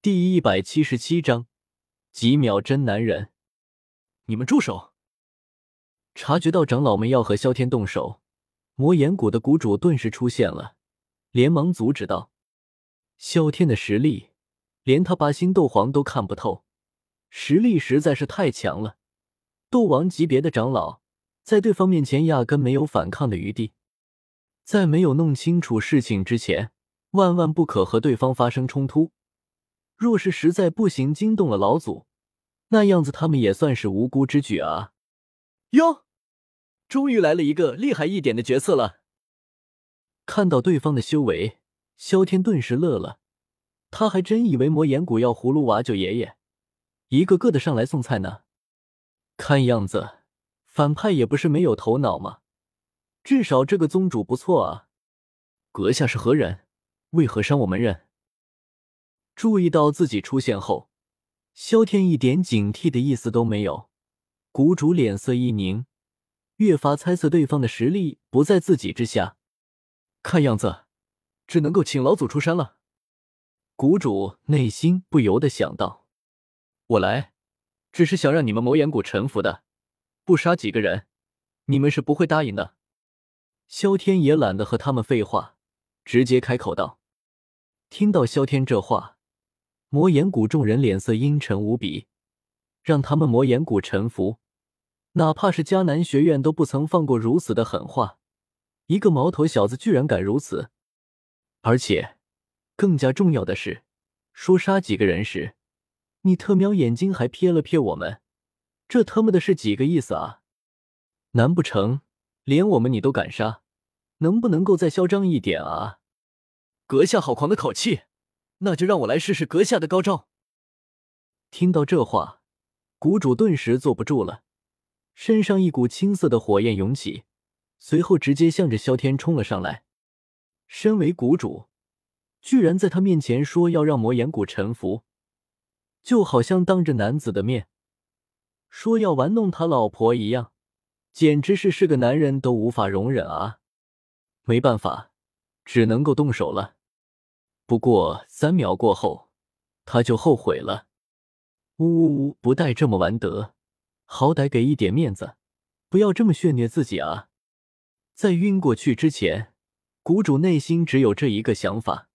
第177章几秒真男人。 你们住手！ 察觉到长老们要和萧天动手，魔岩谷的谷主顿时出现了，连忙阻止道：萧天的实力连他8星斗皇都看不透，实力实在是太强了，斗王级别的长老在对方面前压根没有反抗的余地。在没有弄清楚事情之前，万万不可和对方发生冲突，若是实在不行惊动了老祖，那样子他们也算是无辜之举啊。 哟，终于来了一个厉害一点的角色了。 看到对方的修为，萧天顿时乐了，他还真以为魔岩谷要葫芦娃救爷爷，一个个的上来送菜呢。看样子反派也不是没有头脑嘛，至少这个宗主不错啊。阁下是何人？为何伤我门人？注意到自己出现后，萧天一点警惕的意思都没有，谷主脸色一凝，越发猜测对方的实力不在自己之下。 看样子只能够请老祖出山了。 谷主内心不由得想到， 我来只是想让你们魔岩谷臣服的，不杀几个人你们是不会答应的。 萧天也懒得和他们废话，直接开口道。听到萧天这话，魔岩谷众人脸色阴沉无比，让他们魔岩谷臣服，哪怕是迦南学院都不曾放过如此的狠话，一个毛头小子居然敢如此。而且更加重要的是，说杀几个人时，你特喵眼睛还瞥了瞥我们，这他妈的是几个意思啊？难不成连我们你都敢杀？能不能够再嚣张一点啊？ 阁下好狂的口气，那就让我来试试阁下的高招。 听到这话，谷主顿时坐不住了，身上一股青色的火焰涌起，随后直接向着萧天冲了上来。身为谷主，居然在他面前说要让魔岩谷臣服，就好像当着男子的面说要玩弄他老婆一样，简直是个男人都无法容忍啊！没办法，只能够动手了。不过3秒过后，他就后悔了。呜，不带这么玩得，好歹给一点面子，不要这么血虐自己啊！在晕过去之前，谷主内心只有这一个想法。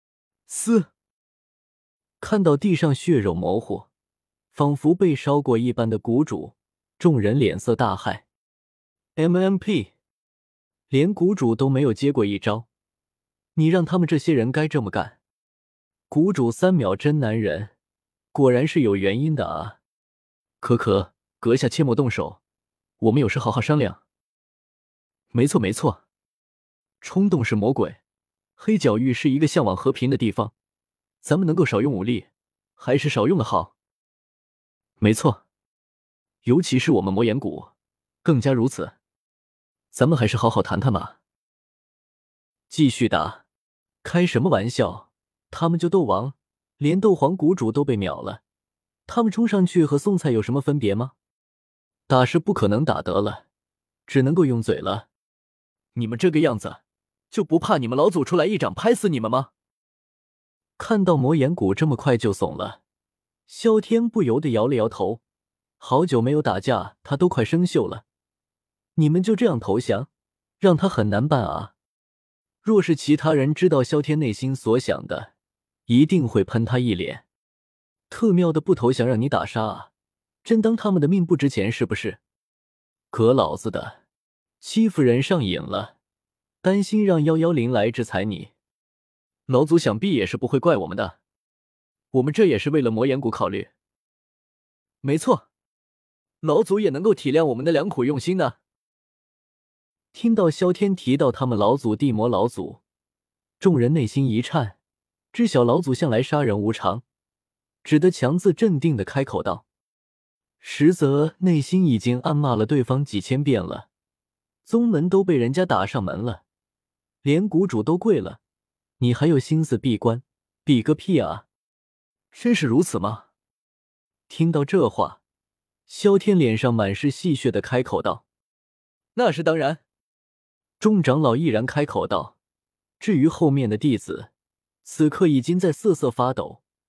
看到地上血肉模糊，仿佛被烧过一般的谷主，众人脸色大骇。MMP， 连谷主都没有接过一招，你让他们这些人该这么干？谷主3秒真男人，果然是有原因的啊！ 可，阁下切莫动手，我们有事好好商量。没错，冲动是魔鬼，黑角域是一个向往和平的地方，咱们能够少用武力，还是少用的好。 没错， 尤其是我们魔岩谷，更加如此。咱们还是好好谈谈吧。 继续打，开什么玩笑？他们就斗王，连斗皇谷主都被秒了，他们冲上去和送菜有什么分别吗？打是不可能打得了，只能够用嘴了。 你们这个样子，就不怕你们老祖出来一掌拍死你们吗？ 看到魔岩谷这么快就怂了，萧天不由得摇了摇头，好久没有打架，他都快生锈了。你们就这样投降，让他很难办啊！若是其他人知道萧天内心所想的，一定会喷他一脸。特喵的不投降让你打杀啊，真当他们的命不值钱是不是？可老子的，欺负人上瘾了，担心让110来制裁你。 老祖想必也是不会怪我们的，我们这也是为了魔岩谷考虑。没错，老祖也能够体谅我们的良苦用心的。 听到萧天提到他们老祖地魔老祖，众人内心一颤，知晓老祖向来杀人无常，只得强自镇定地开口道，实则内心已经暗骂了对方几千遍了。宗门都被人家打上门了，连谷主都跪了，你还有心思闭关？闭个屁啊！ 真是如此吗？ 听到这话，萧天脸上满是戏谑地开口道， 那是当然。 众长老毅然开口道，至于后面的弟子，此刻已经在瑟瑟发抖，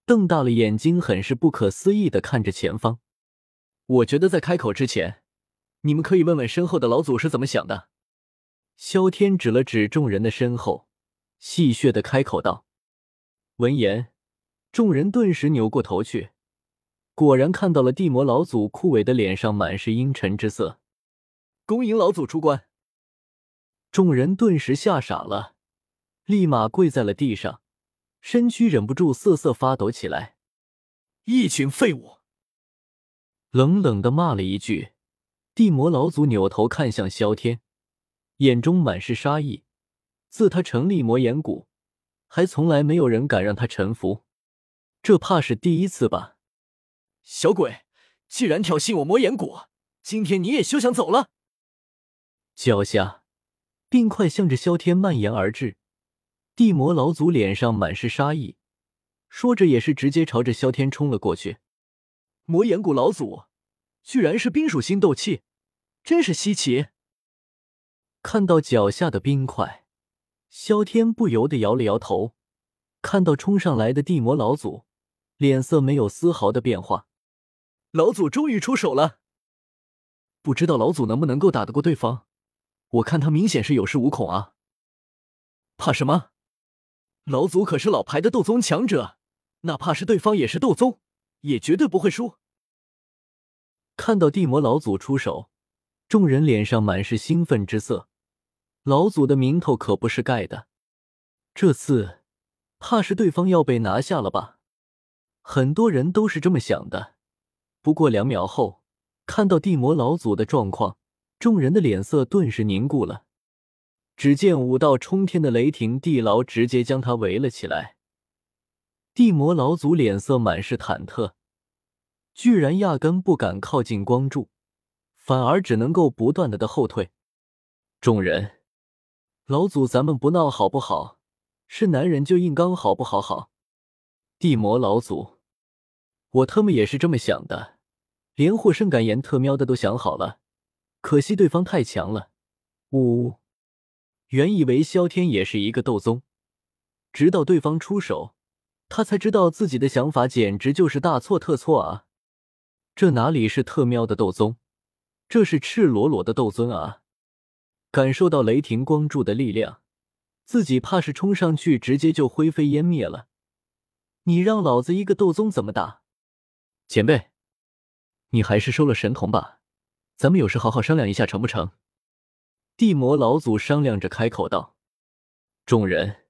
瞪大了眼睛，很是不可思议地看着前方。 我觉得在开口之前，你们可以问问身后的老祖是怎么想的。 萧天指了指众人的身后，戏谑地开口道。闻言，众人顿时扭过头去，果然看到了地魔老祖枯萎的脸上满是阴沉之色。 恭迎老祖出关！ 众人顿时吓傻了，立马跪在了地上，身躯忍不住瑟瑟发抖起来。 一群废物！ 冷冷地骂了一句，地魔老祖扭头看向萧天，眼中满是杀意。自他成立魔眼谷，还从来没有人敢让他臣服，这怕是第一次吧。 小鬼，既然挑衅我魔眼谷，今天你也休想走了！ 脚下，冰块向着萧天蔓延而至，地魔老祖脸上满是杀意，说着也是直接朝着萧天冲了过去。 魔眼谷老祖居然是冰属性斗气，真是稀奇。 看到脚下的冰块，萧天不由得摇了摇头，看到冲上来的地魔老祖，脸色没有丝毫的变化。 老祖终于出手了，不知道老祖能不能够打得过对方，我看他明显是有恃无恐啊。怕什么？老祖可是老牌的斗宗强者，哪怕是对方也是斗宗，也绝对不会输。 看到地魔老祖出手，众人脸上满是兴奋之色。老祖的名头可不是盖的，这次怕是对方要被拿下了吧？很多人都是这么想的。不过2秒后，看到地魔老祖的状况，众人的脸色顿时凝固了。只见5道冲天的雷霆地牢直接将他围了起来。地魔老祖脸色满是忐忑，居然压根不敢靠近光柱，反而只能够不断的后退。众人，老祖咱们不闹好不好？是男人就硬刚好不好？好。地魔老祖，我他妈也是这么想的，连获胜感言特喵的都想好了，可惜对方太强了。呜，原以为萧天也是一个斗宗，直到对方出手，他才知道自己的想法简直就是大错特错啊！这哪里是特喵的斗宗，这是赤裸裸的斗尊啊！感受到雷霆光柱的力量，自己怕是冲上去直接就灰飞烟灭了。你让老子一个斗宗怎么打？前辈，你还是收了神童吧，咱们有事好好商量一下成不成？地魔老祖商量着开口道。众人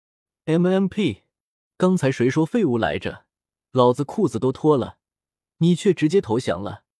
MMP， 刚才谁说废物来着？老子裤子都脱了，你却直接投降了，